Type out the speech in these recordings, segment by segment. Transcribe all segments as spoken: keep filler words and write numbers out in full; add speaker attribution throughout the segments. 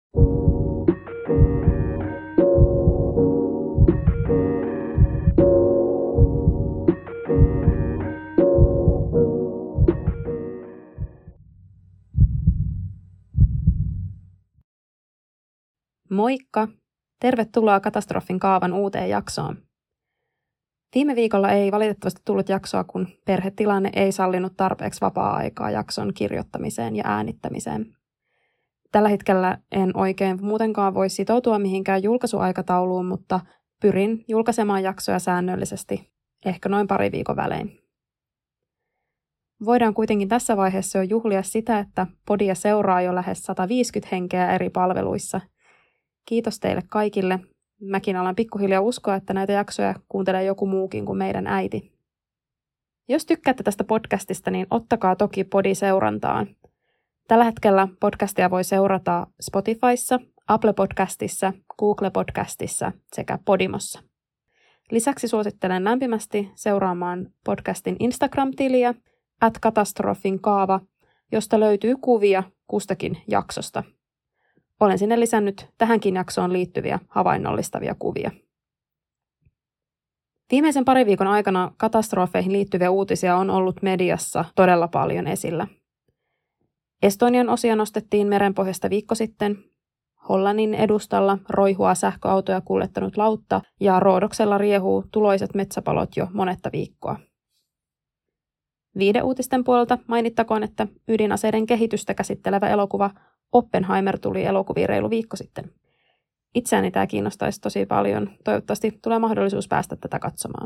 Speaker 1: Moikka! Tervetuloa Katastrofin kaavan uuteen jaksoon. Viime viikolla ei valitettavasti tullut jaksoa, kun perhetilanne ei sallinut tarpeeksi vapaa-aikaa jakson kirjoittamiseen ja äänittämiseen. Tällä hetkellä en oikein muutenkaan voi sitoutua mihinkään julkaisuaikatauluun, mutta pyrin julkaisemaan jaksoja säännöllisesti, ehkä noin pari viikon välein. Voidaan kuitenkin tässä vaiheessa jo juhlia sitä, että podia seuraa jo lähes sata viisikymmentä henkeä eri palveluissa. Kiitos teille kaikille. Mäkin alan pikkuhiljaa uskoa, että näitä jaksoja kuuntelee joku muukin kuin meidän äiti. Jos tykkäätte tästä podcastista, niin ottakaa toki podi seurantaan. Tällä hetkellä podcastia voi seurata Spotifyssa, Apple Podcastissa, Google Podcastissa sekä Podimossa. Lisäksi suosittelen lämpimästi seuraamaan podcastin Instagram-tiliä at katastrofin kaava, josta löytyy kuvia kustakin jaksosta. Olen sinne lisännyt tähänkin jaksoon liittyviä havainnollistavia kuvia. Viimeisen parin viikon aikana katastrofeihin liittyviä uutisia on ollut mediassa todella paljon esillä. Estonian osia nostettiin merenpohjasta viikko sitten, Hollannin edustalla roihua sähköautoja kuljettanut lautta ja Roodoksella riehuu tuloiset metsäpalot jo monetta viikkoa. Viihdeuutisten puolelta mainittakoon, että ydinaseiden kehitystä käsittelevä elokuva Oppenheimer tuli elokuviin reilu viikko sitten. Itseäni tämä kiinnostaisi tosi paljon. Toivottavasti tulee mahdollisuus päästä tätä katsomaan.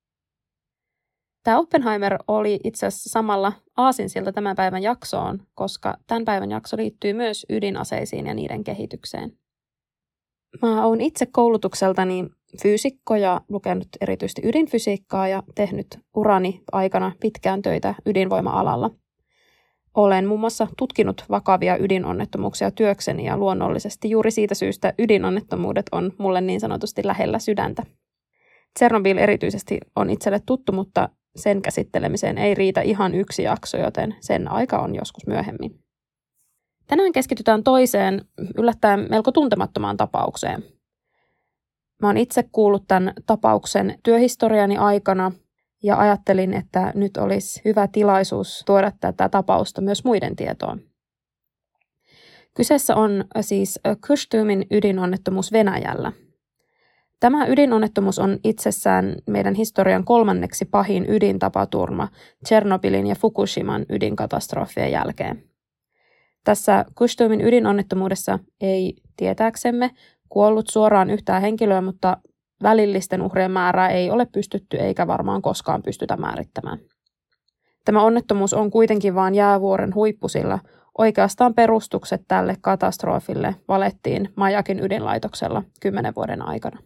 Speaker 1: Tämä Oppenheimer oli itse asiassa samalla aasinsilta tämän päivän jaksoon, koska tämän päivän jakso liittyy myös ydinaseisiin ja niiden kehitykseen. Mä oon itse koulutukseltani fyysikko ja lukenut erityisesti ydinfysiikkaa ja tehnyt urani aikana pitkään töitä ydinvoima-alalla. Olen muun muassa tutkinut vakavia ydinonnettomuuksia työkseni ja luonnollisesti juuri siitä syystä ydinonnettomuudet on mulle niin sanotusti lähellä sydäntä. Tšernobyl erityisesti on itselle tuttu, mutta sen käsittelemiseen ei riitä ihan yksi jakso, joten sen aika on joskus myöhemmin. Tänään keskitytään toiseen, yllättäen melko tuntemattomaan tapaukseen. Mä oon itse kuullut tämän tapauksen työhistoriani aikana ja ajattelin, että nyt olisi hyvä tilaisuus tuoda tätä tapausta myös muiden tietoon. Kyseessä on siis Kystymin ydinonnettomuus Venäjällä. Tämä ydinonnettomuus on itsessään meidän historian kolmanneksi pahin ydintapaturma Tšernobylin ja Fukushiman ydinkatastrofien jälkeen. Tässä Kystymin ydinonnettomuudessa ei tietääksemme kuollut suoraan yhtään henkilöä, mutta välillisten uhrien määrää ei ole pystytty eikä varmaan koskaan pystytä määrittämään. Tämä onnettomuus on kuitenkin vain jäävuoren huippu, sillä oikeastaan perustukset tälle katastrofille valettiin Majakin ydinlaitoksella kymmenen vuoden aikana.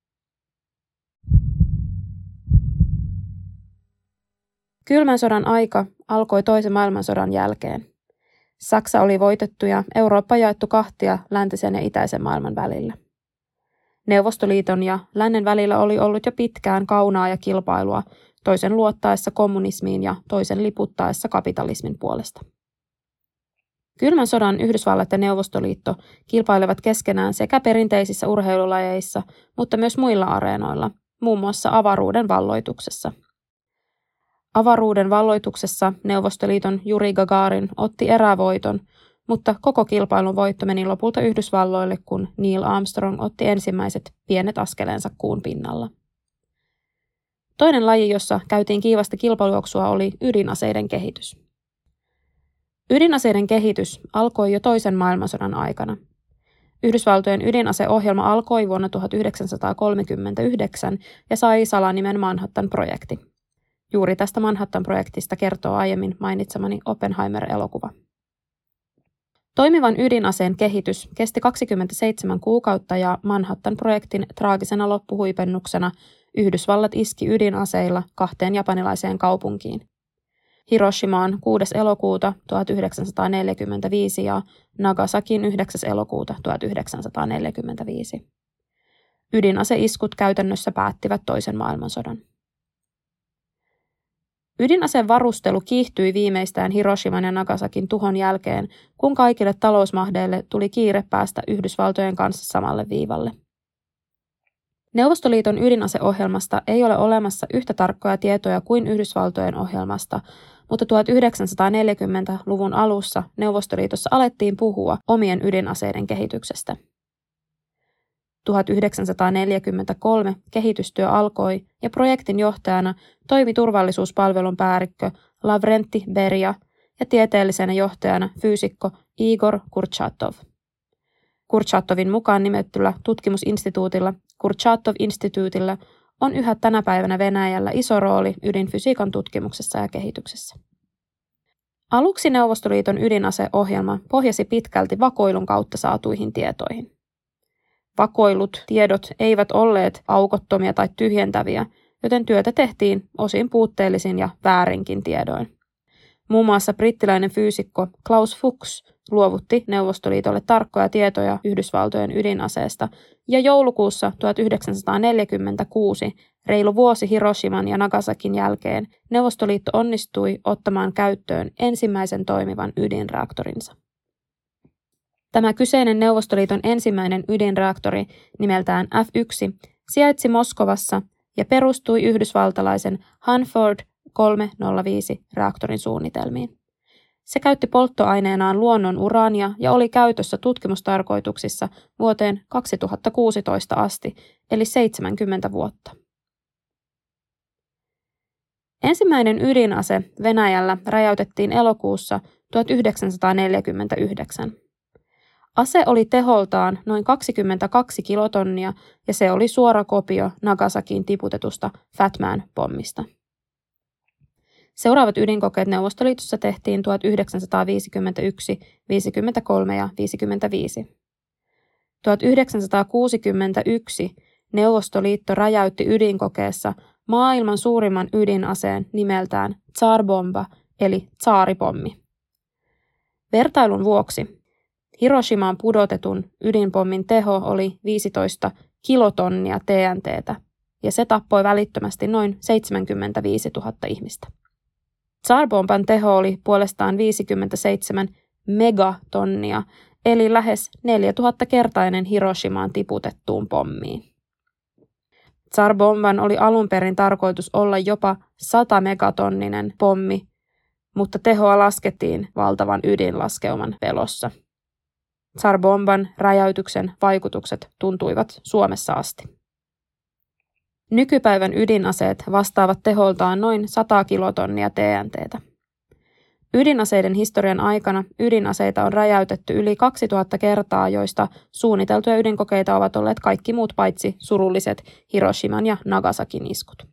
Speaker 1: Kylmän sodan aika alkoi toisen maailmansodan jälkeen. Saksa oli voitettu ja Eurooppa jaettu kahtia läntisen ja itäisen maailman välillä. Neuvostoliiton ja lännen välillä oli ollut jo pitkään kaunaa ja kilpailua, toisen luottaessa kommunismiin ja toisen liputtaessa kapitalismin puolesta. Kylmän sodan Yhdysvallat ja Neuvostoliitto kilpailevat keskenään sekä perinteisissä urheilulajeissa, mutta myös muilla areenoilla, muun muassa avaruuden valloituksessa. Avaruuden valloituksessa Neuvostoliiton Juri Gagarin otti erävoiton, mutta koko kilpailun voitto meni lopulta Yhdysvalloille, kun Neil Armstrong otti ensimmäiset pienet askeleensa kuun pinnalla. Toinen laji, jossa käytiin kiivasta kilpailuoksua, oli ydinaseiden kehitys. Ydinaseiden kehitys alkoi jo toisen maailmansodan aikana. Yhdysvaltojen ydinaseohjelma alkoi vuonna tuhatyhdeksänsataakolmekymmentäyhdeksän ja sai salanimen Manhattan-projekti. Juuri tästä Manhattan-projektista kertoo aiemmin mainitsemani Oppenheimer-elokuva. Toimivan ydinaseen kehitys kesti kaksikymmentäseitsemän kuukautta ja Manhattan-projektin traagisena loppuhuipennuksena Yhdysvallat iski ydinaseilla kahteen japanilaiseen kaupunkiin. Hiroshimaan kuudes elokuuta tuhatyhdeksänsataaneljäkymmentäviisi ja Nagasakin yhdeksäs elokuuta tuhatyhdeksänsataaneljäkymmentäviisi. Ydinaseiskut käytännössä päättivät toisen maailmansodan. Ydinaseen varustelu kiihtyi viimeistään Hiroshiman ja Nagasakin tuhon jälkeen, kun kaikille talousmahdeille tuli kiire päästä Yhdysvaltojen kanssa samalle viivalle. Neuvostoliiton ydinaseohjelmasta ei ole olemassa yhtä tarkkoja tietoja kuin Yhdysvaltojen ohjelmasta, mutta tuhatyhdeksänsataaneljäkymmentäluvun alussa Neuvostoliitossa alettiin puhua omien ydinaseiden kehityksestä. tuhatyhdeksänsataaneljäkymmentäkolme kehitystyö alkoi ja projektin johtajana toimi turvallisuuspalvelun päällikkö Lavrenti Beria ja tieteellisenä johtajana fyysikko Igor Kurchatov. Kurchatovin mukaan nimettyllä tutkimusinstituutilla Kurchatov-instituutilla on yhä tänä päivänä Venäjällä iso rooli ydinfysiikan tutkimuksessa ja kehityksessä. Aluksi Neuvostoliiton ydinaseohjelma pohjasi pitkälti vakoilun kautta saatuihin tietoihin. Vakoilut tiedot eivät olleet aukottomia tai tyhjentäviä, joten työtä tehtiin osin puutteellisin ja väärinkin tiedoin. Muun muassa brittiläinen fyysikko Klaus Fuchs luovutti Neuvostoliitolle tarkkoja tietoja Yhdysvaltojen ydinaseesta, ja joulukuussa tuhatyhdeksänsataaneljäkymmentäkuusi, reilu vuosi Hiroshiman ja Nagasakin jälkeen, Neuvostoliitto onnistui ottamaan käyttöön ensimmäisen toimivan ydinreaktorinsa. Tämä kyseinen Neuvostoliiton ensimmäinen ydinreaktori nimeltään F yksi sijaitsi Moskovassa ja perustui yhdysvaltalaisen Hanford kolmesataaviisi reaktorin suunnitelmiin. Se käytti polttoaineenaan luonnon uraania ja oli käytössä tutkimustarkoituksissa vuoteen kaksituhattakuusitoista asti, eli seitsemänkymmentä vuotta. Ensimmäinen ydinase Venäjällä räjäytettiin elokuussa tuhatyhdeksänsataaneljäkymmentäyhdeksän. Ase oli teholtaan noin kaksikymmentäkaksi kilotonnia ja se oli suora kopio Nagasakiin tiputetusta Fat Man-pommista. Seuraavat ydinkokeet Neuvostoliitossa tehtiin tuhatyhdeksänsataaviisikymmentäyksi, viisikymmentäkolme ja viisikymmentäviisi. tuhatyhdeksänsataakuusikymmentäyksi Neuvostoliitto räjäytti ydinkokeessa maailman suurimman ydinaseen nimeltään Tsar-bomba eli tsaaripommi. Vertailun vuoksi Hiroshimaan pudotetun ydinpommin teho oli viisitoista kilotonnia T N T:tä ja se tappoi välittömästi noin seitsemänkymmentäviisituhatta ihmistä. Tsar-bomban teho oli puolestaan viisikymmentäseitsemän megatonnia, eli lähes neljätuhatta-kertainen Hiroshimaan tiputettuun pommiin. Tsar-bomban oli alun perin tarkoitus olla jopa sata megatonninen pommi, mutta tehoa laskettiin valtavan ydinlaskeuman pelossa. Tsar-bomban räjäytyksen vaikutukset tuntuivat Suomessa asti. Nykypäivän ydinaseet vastaavat teholtaan noin sata kilotonnia T N T:tä. Ydinaseiden historian aikana ydinaseita on räjäytetty yli kaksituhatta kertaa, joista suunniteltuja ydinkokeita ovat olleet kaikki muut paitsi surulliset Hiroshiman ja Nagasakin iskut.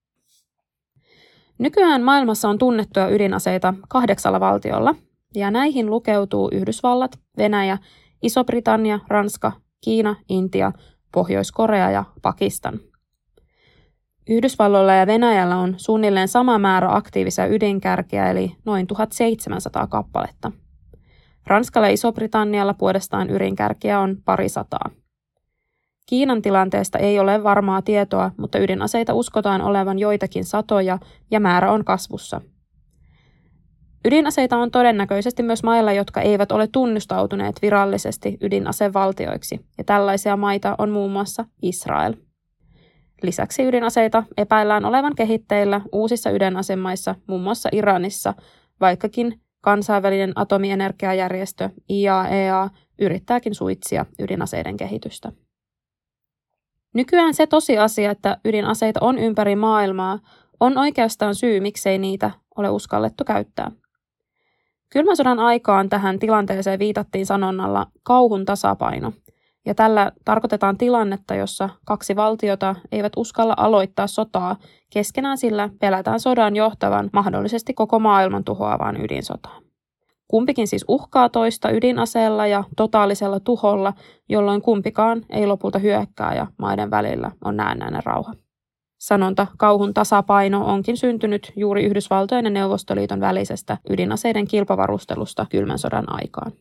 Speaker 1: Nykyään maailmassa on tunnettuja ydinaseita kahdeksalla valtiolla, ja näihin lukeutuu Yhdysvallat, Venäjä, Iso-Britannia, Ranska, Kiina, Intia, Pohjois-Korea ja Pakistan. Yhdysvalloilla ja Venäjällä on suunnilleen sama määrä aktiivisia ydinkärkiä, eli noin tuhatseitsemänsataa kappaletta. Ranskalla ja Iso-Britannialla puolestaan ydinkärkiä on parisataa. Kiinan tilanteesta ei ole varmaa tietoa, mutta ydinaseita uskotaan olevan joitakin satoja ja määrä on kasvussa. Ydinaseita on todennäköisesti myös mailla, jotka eivät ole tunnustautuneet virallisesti ydinasevaltioiksi, ja tällaisia maita on muun muassa Israel. Lisäksi ydinaseita epäillään olevan kehitteillä uusissa ydinasemaissa, muun muassa Iranissa, vaikkakin kansainvälinen atomienergiajärjestö I A E A yrittääkin suitsia ydinaseiden kehitystä. Nykyään se tosiasia, että ydinaseita on ympäri maailmaa, on oikeastaan syy, miksei niitä ole uskallettu käyttää. Kylmän sodan aikaan tähän tilanteeseen viitattiin sanonnalla kauhun tasapaino, ja tällä tarkoitetaan tilannetta, jossa kaksi valtiota eivät uskalla aloittaa sotaa keskenään, sillä pelätään sodan johtavan mahdollisesti koko maailman tuhoavaan ydinsotaan. Kumpikin siis uhkaa toista ydinaseella ja totaalisella tuholla, jolloin kumpikaan ei lopulta hyökkää ja maiden välillä on näennäinen rauha. Sanonta kauhun tasapaino onkin syntynyt juuri Yhdysvaltojen ja Neuvostoliiton välisestä ydinaseiden kilpavarustelusta kylmän sodan aikaan.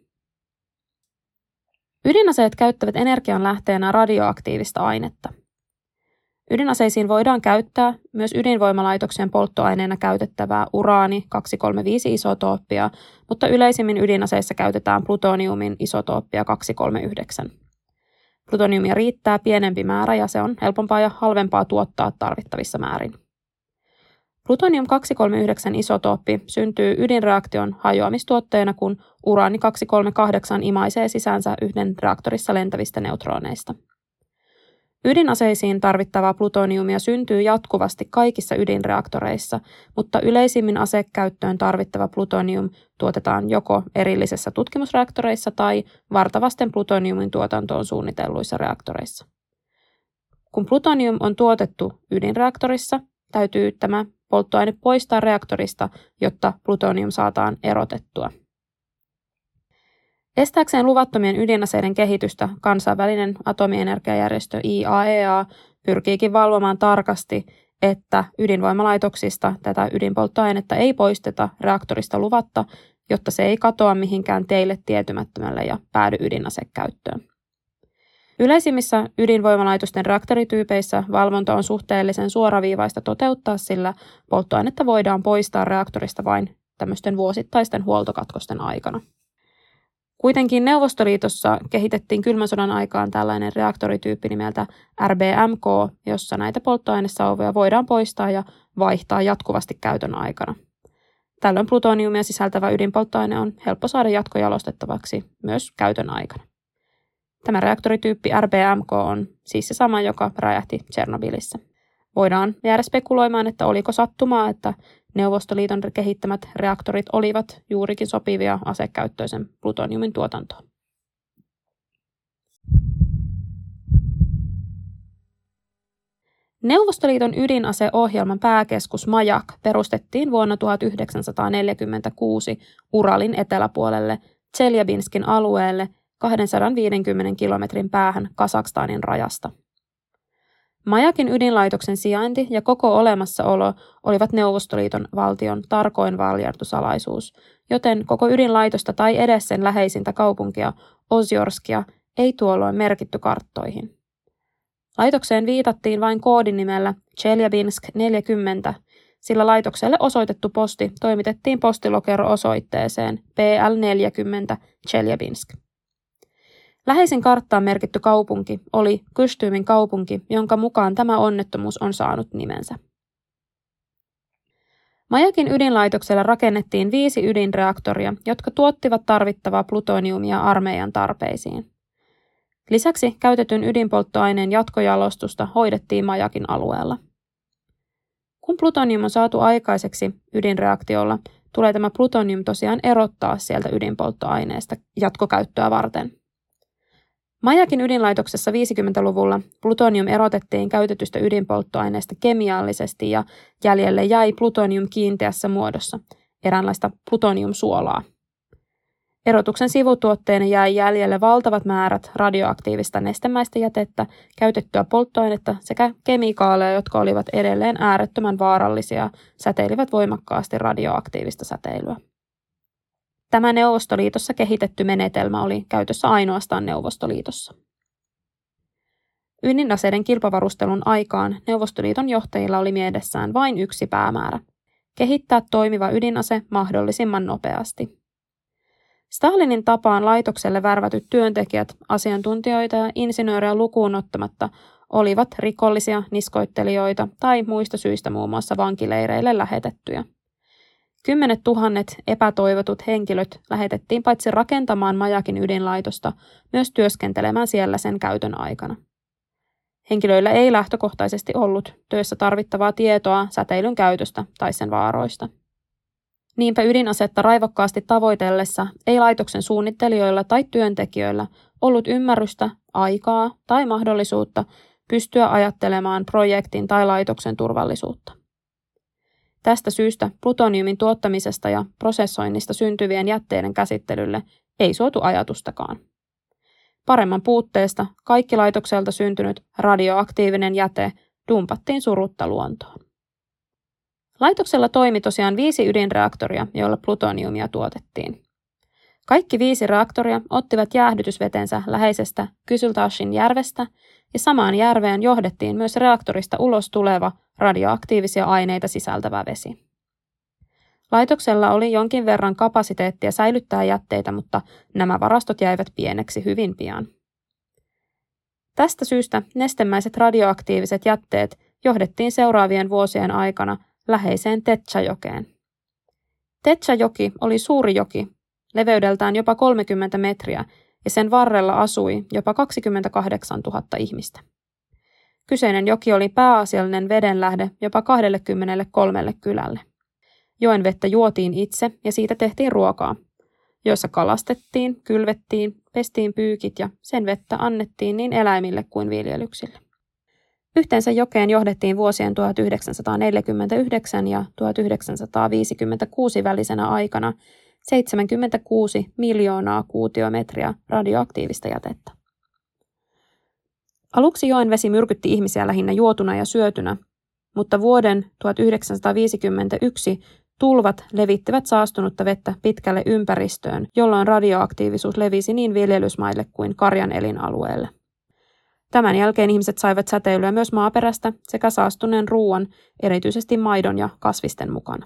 Speaker 1: Ydinaseet käyttävät energian lähteenä radioaktiivista ainetta. Ydinaseisiin voidaan käyttää myös ydinvoimalaitoksen polttoaineena käytettävää uraani kaksisataakolmekymmentäviisi isotooppia, mutta yleisimmin ydinaseissa käytetään plutoniumin isotooppia kaksisataakolmekymmentäyhdeksän. Plutoniumia riittää pienempi määrä ja se on helpompaa ja halvempaa tuottaa tarvittavissa määrin. Plutonium kaksisataakolmekymmentäyhdeksän isotooppi syntyy ydinreaktion hajoamistuotteena, kun uraani kaksisataakolmekymmentäkahdeksan imaisee sisäänsä yhden reaktorissa lentävistä neutroneista. Ydinaseisiin tarvittavaa plutoniumia syntyy jatkuvasti kaikissa ydinreaktoreissa, mutta yleisimmin asekäyttöön tarvittava plutonium tuotetaan joko erillisessä tutkimusreaktoreissa tai vartavasten plutoniumin tuotantoon suunnitelluissa reaktoreissa. Kun plutonium on tuotettu ydinreaktorissa, täytyy tämä polttoaine poistaa reaktorista, jotta plutonium saadaan erotettua. Estääkseen luvattomien ydinaseiden kehitystä kansainvälinen atomienergiajärjestö I A E A pyrkiikin valvomaan tarkasti, että ydinvoimalaitoksista tätä ydinpolttoainetta ei poisteta reaktorista luvatta, jotta se ei katoa mihinkään teille tietymättömälle ja päädy ydinasekäyttöön. Yleisimmissä ydinvoimalaitosten reaktorityypeissä valvonta on suhteellisen suoraviivaista toteuttaa, sillä polttoainetta voidaan poistaa reaktorista vain tämmöisten vuosittaisten huoltokatkosten aikana. Kuitenkin Neuvostoliitossa kehitettiin kylmän sodan aikaan tällainen reaktorityyppi nimeltä R B M K, jossa näitä polttoainesauvoja voidaan poistaa ja vaihtaa jatkuvasti käytön aikana. Tällöin plutoniumia sisältävä ydinpolttoaine on helppo saada jatkojalostettavaksi myös käytön aikana. Tämä reaktorityyppi R B M K on siis se sama, joka räjähti Tšernobylissä. Voidaan jäädä spekuloimaan, että oliko sattumaa, että Neuvostoliiton kehittämät reaktorit olivat juurikin sopivia asekäyttöisen plutoniumin tuotantoon. Neuvostoliiton ydinaseohjelman pääkeskus Majak perustettiin vuonna tuhatyhdeksänsataaneljäkymmentäkuusi Uralin eteläpuolelle Tseljabinskin alueelle kaksisataaviisikymmentä kilometrin päähän Kazakstanin rajasta. Majakin ydinlaitoksen sijainti ja koko olemassaolo olivat Neuvostoliiton valtion tarkoin valjartu salaisuus, joten koko ydinlaitosta tai edes sen läheisintä kaupunkia Ozjorskia ei tuolloin merkitty karttoihin. Laitokseen viitattiin vain koodinimellä Tseljabinsk neljäkymmentä, sillä laitokselle osoitettu posti toimitettiin postilokero-osoitteeseen P L neljäkymmentä Tseljabinsk. Läheisin karttaan merkitty kaupunki oli Kystymin kaupunki, jonka mukaan tämä onnettomuus on saanut nimensä. Majakin ydinlaitoksella rakennettiin viisi ydinreaktoria, jotka tuottivat tarvittavaa plutoniumia armeijan tarpeisiin. Lisäksi käytetyn ydinpolttoaineen jatkojalostusta hoidettiin Majakin alueella. Kun plutonium on saatu aikaiseksi ydinreaktiolla, tulee tämä plutonium tosiaan erottaa sieltä ydinpolttoaineesta jatkokäyttöä varten. Majakin ydinlaitoksessa viisikymmentäluvulla plutonium erotettiin käytetystä ydinpolttoaineesta kemiallisesti ja jäljelle jäi plutonium kiinteässä muodossa, eräänlaista plutoniumsuolaa. Erotuksen sivutuotteena jäi jäljelle valtavat määrät radioaktiivista nestemäistä jätettä, käytettyä polttoainetta sekä kemikaaleja, jotka olivat edelleen äärettömän vaarallisia, säteilivät voimakkaasti radioaktiivista säteilyä. Tämä Neuvostoliitossa kehitetty menetelmä oli käytössä ainoastaan Neuvostoliitossa. Ydinaseiden kilpavarustelun aikaan Neuvostoliiton johtajilla oli mielessään vain yksi päämäärä: kehittää toimiva ydinase mahdollisimman nopeasti. Stalinin tapaan laitokselle värvätyt työntekijät, asiantuntijoita ja insinöörejä lukuun ottamatta olivat rikollisia, niskoittelijoita tai muista syistä muun muassa vankileireille lähetettyjä. Kymmenet tuhannet epätoivotut henkilöt lähetettiin paitsi rakentamaan Majakin ydinlaitosta, myös työskentelemään siellä sen käytön aikana. Henkilöillä ei lähtökohtaisesti ollut työssä tarvittavaa tietoa säteilyn käytöstä tai sen vaaroista. Niinpä ydinasetta raivokkaasti tavoitellessa ei laitoksen suunnittelijoilla tai työntekijöillä ollut ymmärrystä, aikaa tai mahdollisuutta pystyä ajattelemaan projektin tai laitoksen turvallisuutta. Tästä syystä plutoniumin tuottamisesta ja prosessoinnista syntyvien jätteiden käsittelylle ei suotu ajatustakaan. Paremman puutteesta kaikki laitokselta syntynyt radioaktiivinen jäte dumpattiin surutta luontoon. Laitoksella toimi tosiaan viisi ydinreaktoria, joilla plutoniumia tuotettiin. Kaikki viisi reaktoria ottivat jäähdytysvetensä läheisestä Kyzyltaşin järvestä ja samaan järveen johdettiin myös reaktorista ulos tuleva radioaktiivisia aineita sisältävä vesi. Laitoksella oli jonkin verran kapasiteettia säilyttää jätteitä, mutta nämä varastot jäivät pieneksi hyvin pian. Tästä syystä nestemäiset radioaktiiviset jätteet johdettiin seuraavien vuosien aikana läheiseen Tetsäjokeen. Tetsäjoki oli suuri joki, leveydeltään jopa kolmekymmentä metriä, ja sen varrella asui jopa kaksikymmentäkahdeksantuhatta ihmistä. Kyseinen joki oli pääasiallinen vedenlähde jopa kaksikymmentäkolme kylälle. Joen vettä juotiin itse ja siitä tehtiin ruokaa, joissa kalastettiin, kylvettiin, pestiin pyykit ja sen vettä annettiin niin eläimille kuin viljelyksille. Yhteensä jokeen johdettiin vuosien tuhatyhdeksänsataaneljäkymmentäyhdeksän ja tuhatyhdeksänsataaviisikymmentäkuusi välisenä aikana seitsemänkymmentäkuusi miljoonaa kuutiometriä radioaktiivista jätettä. Aluksi joen vesi myrkytti ihmisiä lähinnä juotuna ja syötynä, mutta vuoden tuhatyhdeksänsataaviisikymmentäyksi tulvat levittivät saastunutta vettä pitkälle ympäristöön, jolloin radioaktiivisuus levisi niin viljelysmaille kuin karjan elinalueelle. Tämän jälkeen ihmiset saivat säteilyä myös maaperästä sekä saastuneen ruoan, erityisesti maidon ja kasvisten mukana.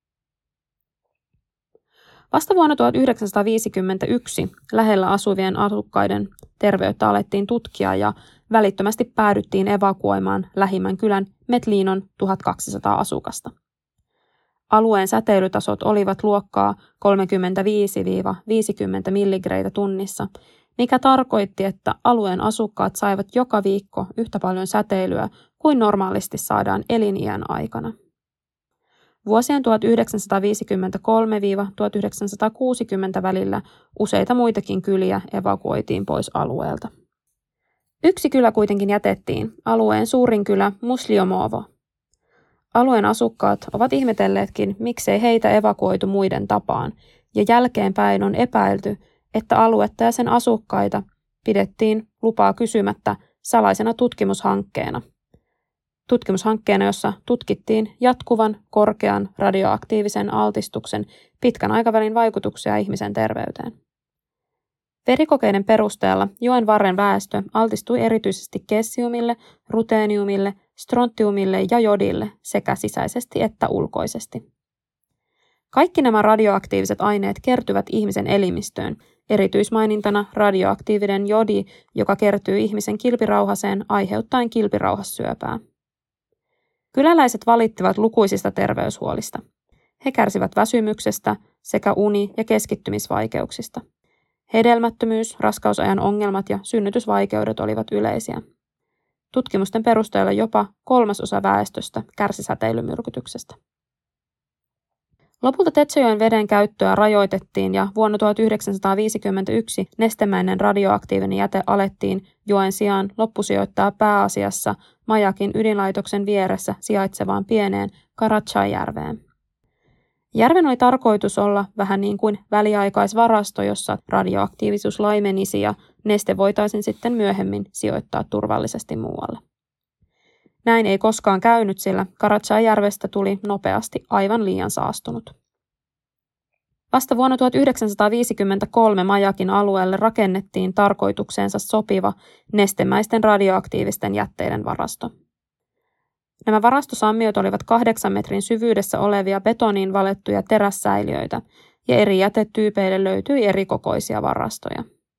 Speaker 1: Vasta vuonna tuhatyhdeksänsataaviisikymmentäyksi lähellä asuvien asukkaiden terveyttä alettiin tutkia ja välittömästi päädyttiin evakuoimaan lähimmän kylän Metlinon tuhatkaksisataa asukasta. Alueen säteilytasot olivat luokkaa kolmekymmentäviisi viisikymmentä milligreitä tunnissa, mikä tarkoitti, että alueen asukkaat saivat joka viikko yhtä paljon säteilyä kuin normaalisti saadaan eliniän aikana. Vuosien tuhatyhdeksänsataaviisikymmentäkolme tuhatyhdeksänsataakuusikymmentä välillä useita muitakin kyliä evakuoitiin pois alueelta. Yksi kylä kuitenkin jätettiin, alueen suurin kylä Musliomovo. Alueen asukkaat ovat ihmetelleetkin, miksei heitä evakuoitu muiden tapaan, ja jälkeenpäin on epäilty, että aluetta ja sen asukkaita pidettiin lupaa kysymättä salaisena tutkimushankkeena. Tutkimushankkeena, jossa tutkittiin jatkuvan korkean radioaktiivisen altistuksen pitkän aikavälin vaikutuksia ihmisen terveyteen. Verikokeiden perusteella joen varren väestö altistui erityisesti kessiumille, ruteeniumille, strontiumille ja jodille sekä sisäisesti että ulkoisesti. Kaikki nämä radioaktiiviset aineet kertyvät ihmisen elimistöön, erityismainintana radioaktiivinen jodi, joka kertyy ihmisen kilpirauhaseen aiheuttaen kilpirauhassyöpää. Kyläläiset valittivat lukuisista terveyshuolista. He kärsivät väsymyksestä sekä uni- ja keskittymisvaikeuksista. Hedelmättömyys, raskausajan ongelmat ja synnytysvaikeudet olivat yleisiä. Tutkimusten perusteella jopa kolmasosa väestöstä kärsi säteilymyrkytyksestä. Lopulta Tetsäjoen veden käyttöä rajoitettiin ja vuonna tuhatyhdeksänsataaviisikymmentäyksi nestemäinen radioaktiivinen jäte alettiin joen sijaan loppusijoittaa pääasiassa Majakin ydinlaitoksen vieressä sijaitsevaan pieneen Karachay-järveen. Järven oli tarkoitus olla vähän niin kuin väliaikaisvarasto, jossa radioaktiivisuus laimenisi ja neste voitaisiin sitten myöhemmin sijoittaa turvallisesti muualle. Näin ei koskaan käynyt, sillä Karachay-järvestä tuli nopeasti aivan liian saastunut. Vasta vuonna tuhatyhdeksänsataaviisikymmentäkolme Majakin alueelle rakennettiin tarkoitukseensa sopiva nestemäisten radioaktiivisten jätteiden varasto. Nämä varastosammiot olivat kahdeksan metrin syvyydessä olevia betoniin valettuja terässäiliöitä, ja eri jätetyypeille löytyi erikokoisia varastoja.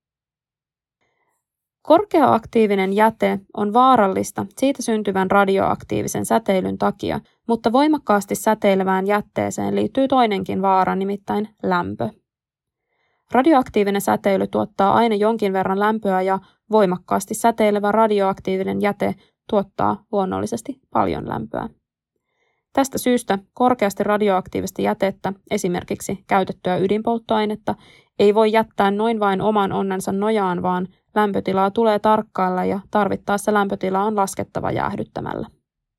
Speaker 1: Korkeaaktiivinen jäte on vaarallista siitä syntyvän radioaktiivisen säteilyn takia, mutta voimakkaasti säteilevään jätteeseen liittyy toinenkin vaara, nimittäin lämpö. Radioaktiivinen säteily tuottaa aina jonkin verran lämpöä ja voimakkaasti säteilevä radioaktiivinen jäte tuottaa luonnollisesti paljon lämpöä. Tästä syystä korkeasti radioaktiivista jätettä, esimerkiksi käytettyä ydinpolttoainetta, ei voi jättää noin vain oman onnensa nojaan, vaan lämpötilaa tulee tarkkailla ja tarvittaessa lämpötila on laskettava jäähdyttämällä.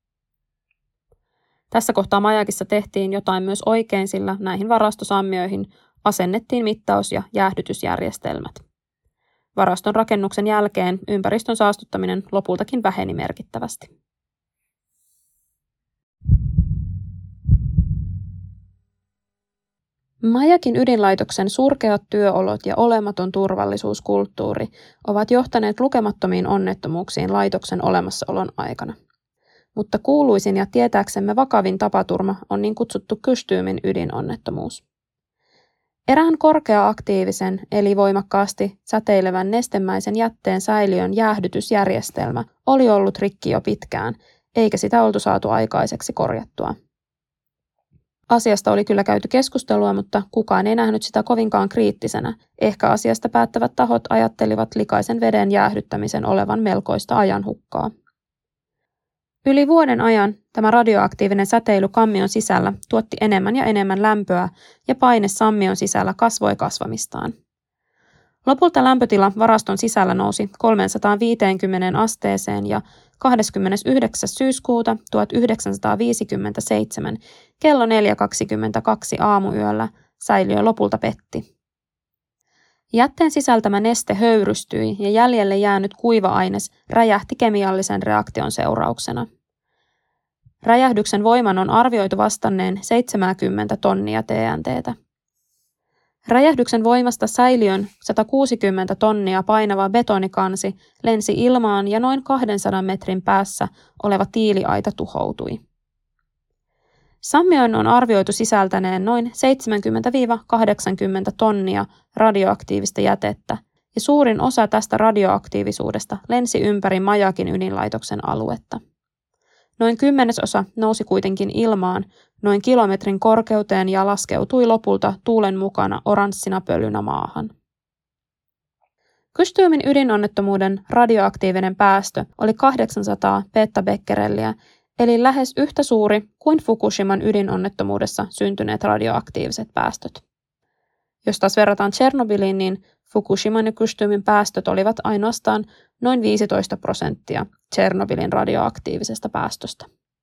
Speaker 1: Tässä kohtaa Majakissa tehtiin jotain myös oikein, sillä näihin varastosammioihin asennettiin mittaus- ja jäähdytysjärjestelmät. Varaston rakennuksen jälkeen ympäristön saastuttaminen lopultakin väheni merkittävästi. Majakin ydinlaitoksen surkeat työolot ja olematon turvallisuuskulttuuri ovat johtaneet lukemattomiin onnettomuuksiin laitoksen olemassaolon aikana. Mutta kuuluisin ja tietääksemme vakavin tapaturma on niin kutsuttu Kystyymin ydinonnettomuus. Erään korkea-aktiivisen eli voimakkaasti säteilevän nestemäisen jätteen säiliön jäähdytysjärjestelmä oli ollut rikki jo pitkään, eikä sitä oltu saatu aikaiseksi korjattua. Asiasta oli kyllä käyty keskustelua, mutta kukaan ei nähnyt sitä kovinkaan kriittisenä. Ehkä asiasta päättävät tahot ajattelivat likaisen veden jäähdyttämisen olevan melkoista ajanhukkaa. Yli vuoden ajan tämä radioaktiivinen säteily kammion sisällä tuotti enemmän ja enemmän lämpöä ja paine sammion sisällä kasvoi kasvamistaan. Lopulta lämpötila varaston sisällä nousi kolmesataaviisikymmentä asteeseen ja kahdeskymmenesyhdeksäs syyskuuta tuhatyhdeksänsataaviisikymmentäseitsemän kello neljä kaksikymmentäkaksi aamuyöllä säiliö lopulta petti. Jätteen sisältämä neste höyrystyi ja jäljelle jäänyt kuiva-aines räjähti kemiallisen reaktion seurauksena. Räjähdyksen voiman on arvioitu vastanneen seitsemänkymmentä tonnia T N T:tä. Räjähdyksen voimasta säiliön satakuusikymmentä tonnia painava betonikansi lensi ilmaan ja noin kahdensadan metrin päässä oleva tiiliaita tuhoutui. Sammion on arvioitu sisältäneen noin seitsemänkymmentä kahdeksankymmentä tonnia radioaktiivista jätettä, ja suurin osa tästä radioaktiivisuudesta lensi ympäri Majakin ydinlaitoksen aluetta. Noin kymmenesosa nousi kuitenkin ilmaan noin kilometrin korkeuteen ja laskeutui lopulta tuulen mukana oranssina pölynä maahan. Kystyymin ydinonnettomuuden radioaktiivinen päästö oli kahdeksansataa pettabecquereliä, eli lähes yhtä suuri kuin Fukushiman ydinonnettomuudessa syntyneet radioaktiiviset päästöt. Jos taas verrataan Tšernobyliin, niin Fukushiman ja Kystyymin päästöt olivat ainoastaan noin viisitoista prosenttia Tšernobylin radioaktiivisesta päästöstä.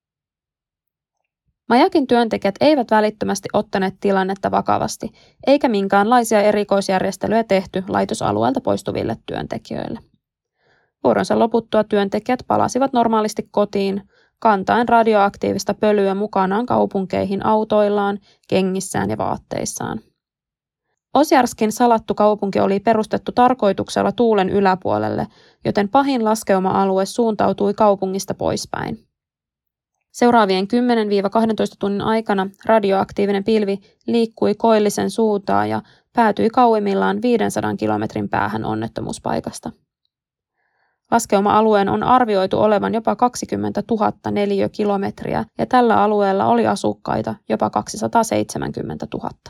Speaker 1: Majakin työntekijät eivät välittömästi ottaneet tilannetta vakavasti, eikä minkäänlaisia erikoisjärjestelyjä tehty laitosalueelta poistuville työntekijöille. Vuoronsa loputtua työntekijät palasivat normaalisti kotiin, kantaen radioaktiivista pölyä mukanaan kaupunkeihin autoillaan, kengissään ja vaatteissaan. Osjarskin salattu kaupunki oli perustettu tarkoituksella tuulen yläpuolelle, joten pahin laskeuma-alue suuntautui kaupungista poispäin. Seuraavien kymmenen kaksitoista tunnin aikana radioaktiivinen pilvi liikkui koillisen suuntaan ja päätyi kauimmillaan viidensadan kilometrin päähän onnettomuuspaikasta. Laskeuma-alueen on arvioitu olevan jopa kaksikymmentätuhatta neliökilometriä ja tällä alueella oli asukkaita jopa kaksisataaseitsemänkymmentätuhatta.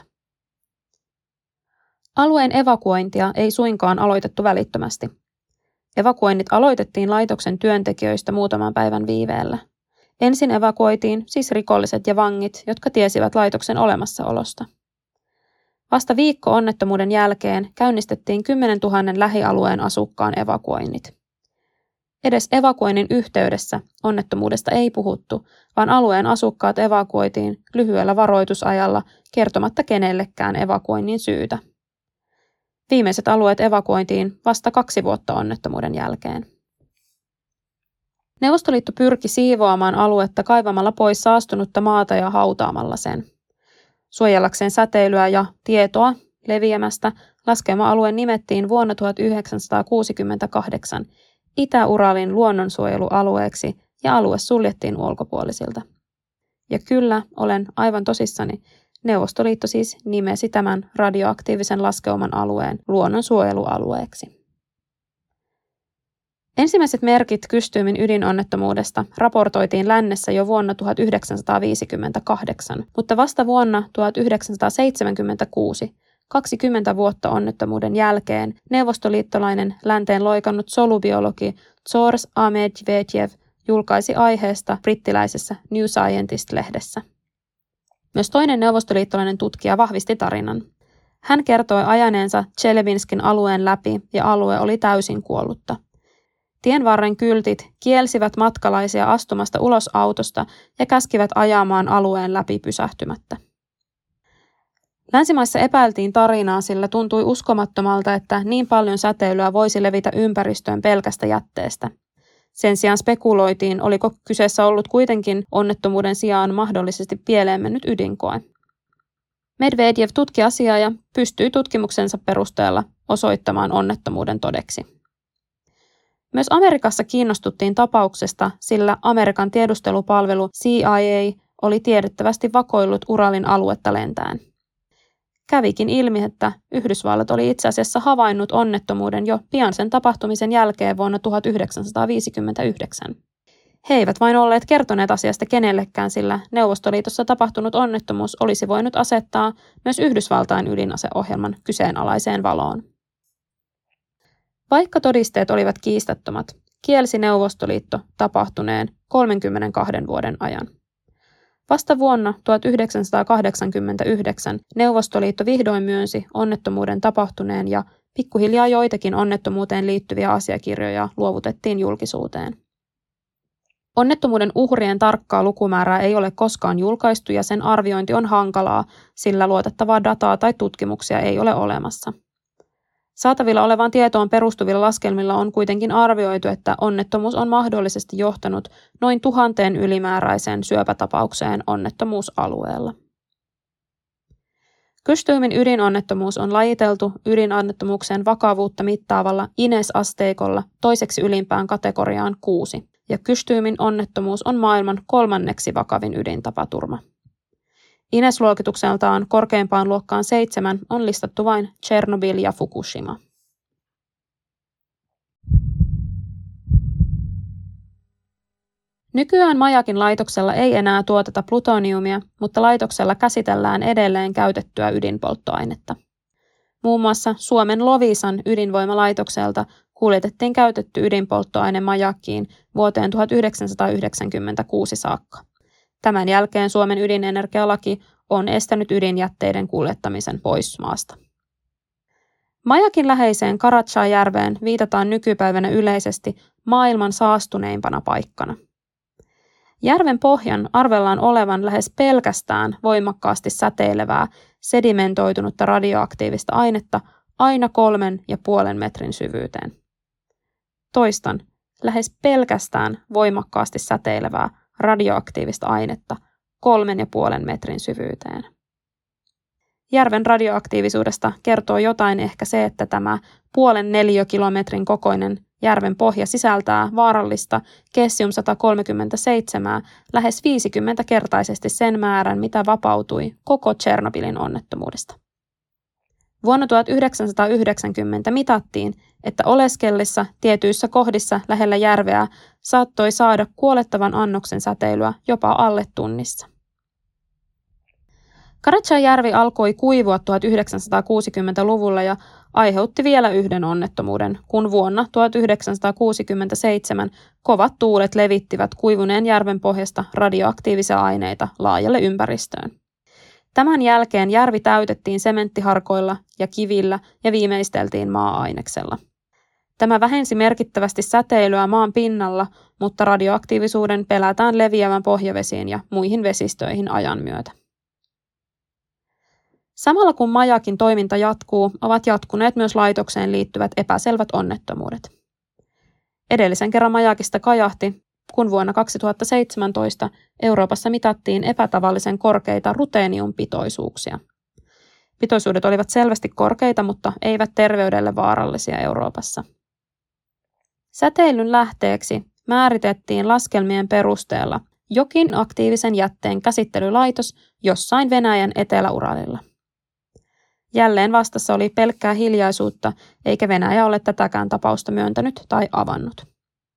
Speaker 1: Alueen evakuointia ei suinkaan aloitettu välittömästi. Evakuoinnit aloitettiin laitoksen työntekijöistä muutaman päivän viiveellä. Ensin evakuoitiin siis rikolliset ja vangit, jotka tiesivät laitoksen olemassaolosta. Vasta viikko onnettomuuden jälkeen käynnistettiin kymmenentuhannen lähialueen asukkaan evakuoinnit. Edes evakuoinnin yhteydessä onnettomuudesta ei puhuttu, vaan alueen asukkaat evakuoitiin lyhyellä varoitusajalla kertomatta kenellekään evakuoinnin syytä. Viimeiset alueet evakuoitiin vasta kaksi vuotta onnettomuuden jälkeen. Neuvostoliitto pyrki siivoamaan aluetta kaivamalla pois saastunutta maata ja hautaamalla sen. Suojellakseen säteilyä ja tietoa leviämästä laskeuma-alue nimettiin vuonna tuhatyhdeksänsataakuusikymmentäkahdeksan Itä-Uralin luonnonsuojelualueeksi ja alue suljettiin ulkopuolisilta. Ja kyllä, olen aivan tosissani, Neuvostoliitto siis nimesi tämän radioaktiivisen laskeuman alueen luonnonsuojelualueeksi. Ensimmäiset merkit Kystyymin ydinonnettomuudesta raportoitiin lännessä jo vuonna tuhatyhdeksänsataaviisikymmentäkahdeksan, mutta vasta vuonna tuhatyhdeksänsataaseitsemänkymmentäkuusi, kaksikymmentä vuotta onnettomuuden jälkeen, neuvostoliittolainen länteen loikannut solubiologi George Ahmedvedjev julkaisi aiheesta brittiläisessä New Scientist-lehdessä. Myös toinen neuvostoliittolainen tutkija vahvisti tarinan. Hän kertoi ajaneensa Chelybinskin alueen läpi ja alue oli täysin kuollutta. Tienvarren kyltit kielsivät matkalaisia astumasta ulos autosta ja käskivät ajamaan alueen läpi pysähtymättä. Länsimaissa epäiltiin tarinaa, sillä tuntui uskomattomalta, että niin paljon säteilyä voisi levitä ympäristöön pelkästä jätteestä. Sen sijaan spekuloitiin, oliko kyseessä ollut kuitenkin onnettomuuden sijaan mahdollisesti pieleen mennyt ydinkoe. Medvedev tutki asiaa ja pystyi tutkimuksensa perusteella osoittamaan onnettomuuden todeksi. Myös Amerikassa kiinnostuttiin tapauksesta, sillä Amerikan tiedustelupalvelu C I A oli tiedettävästi vakoillut Uralin aluetta lentäen. Kävikin ilmi, että Yhdysvallat oli itse asiassa havainnut onnettomuuden jo pian sen tapahtumisen jälkeen vuonna tuhatyhdeksänsataaviisikymmentäyhdeksän. He eivät vain olleet kertoneet asiasta kenellekään, sillä Neuvostoliitossa tapahtunut onnettomuus olisi voinut asettaa myös Yhdysvaltain ydinaseohjelman kyseenalaiseen valoon. Vaikka todisteet olivat kiistattomat, kielsi Neuvostoliitto tapahtuneen kolmenkymmenenkahden vuoden ajan. Vasta vuonna tuhatyhdeksänsataakahdeksankymmentäyhdeksän Neuvostoliitto vihdoin myönsi onnettomuuden tapahtuneen ja pikkuhiljaa joitakin onnettomuuteen liittyviä asiakirjoja luovutettiin julkisuuteen. Onnettomuuden uhrien tarkkaa lukumäärää ei ole koskaan julkaistu ja sen arviointi on hankalaa, sillä luotettavaa dataa tai tutkimuksia ei ole olemassa. Saatavilla olevaan tietoon perustuvilla laskelmilla on kuitenkin arvioitu, että onnettomuus on mahdollisesti johtanut noin tuhanteen ylimääräiseen syöpätapaukseen onnettomuusalueella. Kystymin ydinonnettomuus on lajiteltu ydinonnettomuuksien vakavuutta mittaavalla I N E S-asteikolla toiseksi ylimpään kategoriaan kuusi, ja Kystymin onnettomuus on maailman kolmanneksi vakavin ydintapaturma. I N E S-luokitukseltaan korkeimpaan luokkaan seitsemän on listattu vain Tšernobyl ja Fukushima. Nykyään Majakin laitoksella ei enää tuoteta plutoniumia, mutta laitoksella käsitellään edelleen käytettyä ydinpolttoainetta. Muun muassa Suomen Loviisan ydinvoimalaitokselta kuljetettiin käytetty ydinpolttoaine Majakiin vuoteen tuhatyhdeksänsataayhdeksänkymmentäkuusi saakka. Tämän jälkeen Suomen ydinenergialaki on estänyt ydinjätteiden kuljettamisen pois maasta. Majakin läheiseen Karachájärveen viitataan nykypäivänä yleisesti maailman saastuneimpana paikkana. Järven pohjan arvellaan olevan lähes pelkästään voimakkaasti säteilevää, sedimentoitunutta radioaktiivista ainetta aina kolmen ja puolen metrin syvyyteen. Toistan, lähes pelkästään voimakkaasti säteilevää radioaktiivista ainetta kolmen ja puolen metrin syvyyteen. Järven radioaktiivisuudesta kertoo jotain ehkä se, että tämä puolen neliökilometrin kokoinen järven pohja sisältää vaarallista cesium sata kolmekymmentäseitsemän lähes viisikymmentäkertaisesti sen määrän, mitä vapautui koko Tšernobylin onnettomuudesta. Vuonna tuhatyhdeksänsataayhdeksänkymmentä mitattiin, että oleskellessa tietyissä kohdissa lähellä järveä saattoi saada kuolettavan annoksen säteilyä jopa alle tunnissa. Karachájärvi alkoi kuivua tuhatyhdeksänsataakuusikymmentäluvulla ja aiheutti vielä yhden onnettomuuden, kun vuonna tuhatyhdeksänsataakuusikymmentäseitsemän kovat tuulet levittivät kuivuneen järven pohjasta radioaktiivisia aineita laajalle ympäristöön. Tämän jälkeen järvi täytettiin sementtiharkoilla ja kivillä ja viimeisteltiin maa-aineksella. Tämä vähensi merkittävästi säteilyä maan pinnalla, mutta radioaktiivisuuden pelätään leviävän pohjavesiin ja muihin vesistöihin ajan myötä. Samalla kun Majakin toiminta jatkuu, ovat jatkuneet myös laitokseen liittyvät epäselvät onnettomuudet. Edellisen kerran Majakista kajahti, kun vuonna kaksituhattaseitsemäntoista Euroopassa mitattiin epätavallisen korkeita ruteeniumpitoisuuksia. Pitoisuudet olivat selvästi korkeita, mutta eivät terveydelle vaarallisia Euroopassa. Säteilyn lähteeksi määritettiin laskelmien perusteella jokin aktiivisen jätteen käsittelylaitos jossain Venäjän Etelä-Uralilla. Jälleen vastassa oli pelkkää hiljaisuutta, eikä Venäjä ole tätäkään tapausta myöntänyt tai avannut.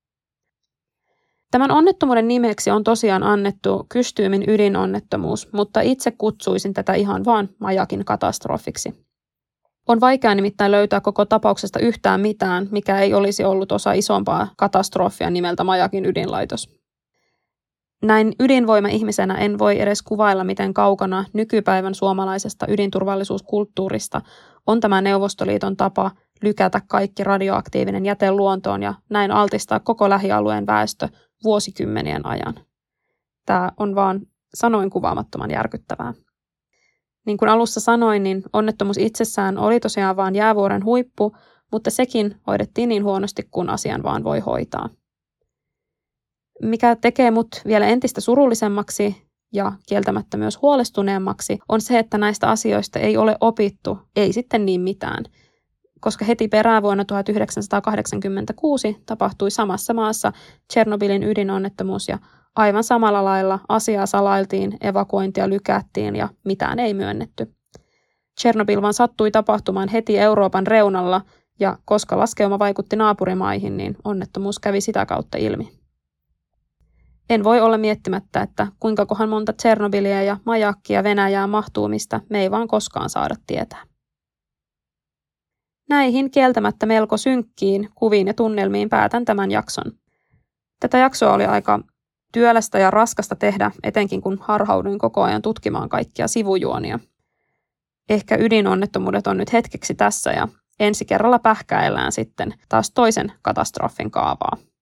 Speaker 1: Tämän onnettomuuden nimeksi on tosiaan annettu Kystymin ydinonnettomuus, mutta itse kutsuisin tätä ihan vaan Majakin katastrofiksi. On vaikea nimittäin löytää koko tapauksesta yhtään mitään, mikä ei olisi ollut osa isompaa katastrofia nimeltä Majakin ydinlaitos. Näin ydinvoima-ihmisenä en voi edes kuvailla, miten kaukana nykypäivän suomalaisesta ydinturvallisuuskulttuurista on tämä Neuvostoliiton tapa lykätä kaikki radioaktiivinen jäte luontoon ja näin altistaa koko lähialueen väestö vuosikymmenien ajan. Tämä on vaan sanoin kuvaamattoman järkyttävää. Niin kuin alussa sanoin, niin onnettomuus itsessään oli tosiaan vain jäävuoren huippu, mutta sekin hoidettiin niin huonosti, kun asian vaan voi hoitaa. Mikä tekee mut vielä entistä surullisemmaksi, ja kieltämättä myös huolestuneemmaksi, on se, että näistä asioista ei ole opittu, ei sitten niin mitään. Koska heti perään vuonna tuhatyhdeksänsataakahdeksankymmentäkuusi tapahtui samassa maassa Tšernobylin ydinonnettomuus ja aivan samalla lailla asiaa salailtiin, evakuointia lykättiin ja mitään ei myönnetty. Tšernobyl vaan sattui tapahtumaan heti Euroopan reunalla ja koska laskeuma vaikutti naapurimaihin, niin onnettomuus kävi sitä kautta ilmi. En voi olla miettimättä, että kuinka kohan monta Tšernobyliä ja majakkia Venäjää mahtuu, mistä me ei vaan koskaan saada tietää. Näihin kieltämättä melko synkkiin kuviin ja tunnelmiin päätän tämän jakson. Tätä jaksoa oli aika työlästä ja raskasta tehdä, etenkin kun harhauduin koko ajan tutkimaan kaikkia sivujuonia. Ehkä ydinonnettomuudet on nyt hetkeksi tässä ja ensi kerralla pähkäillään sitten taas toisen katastrofin kaavaa.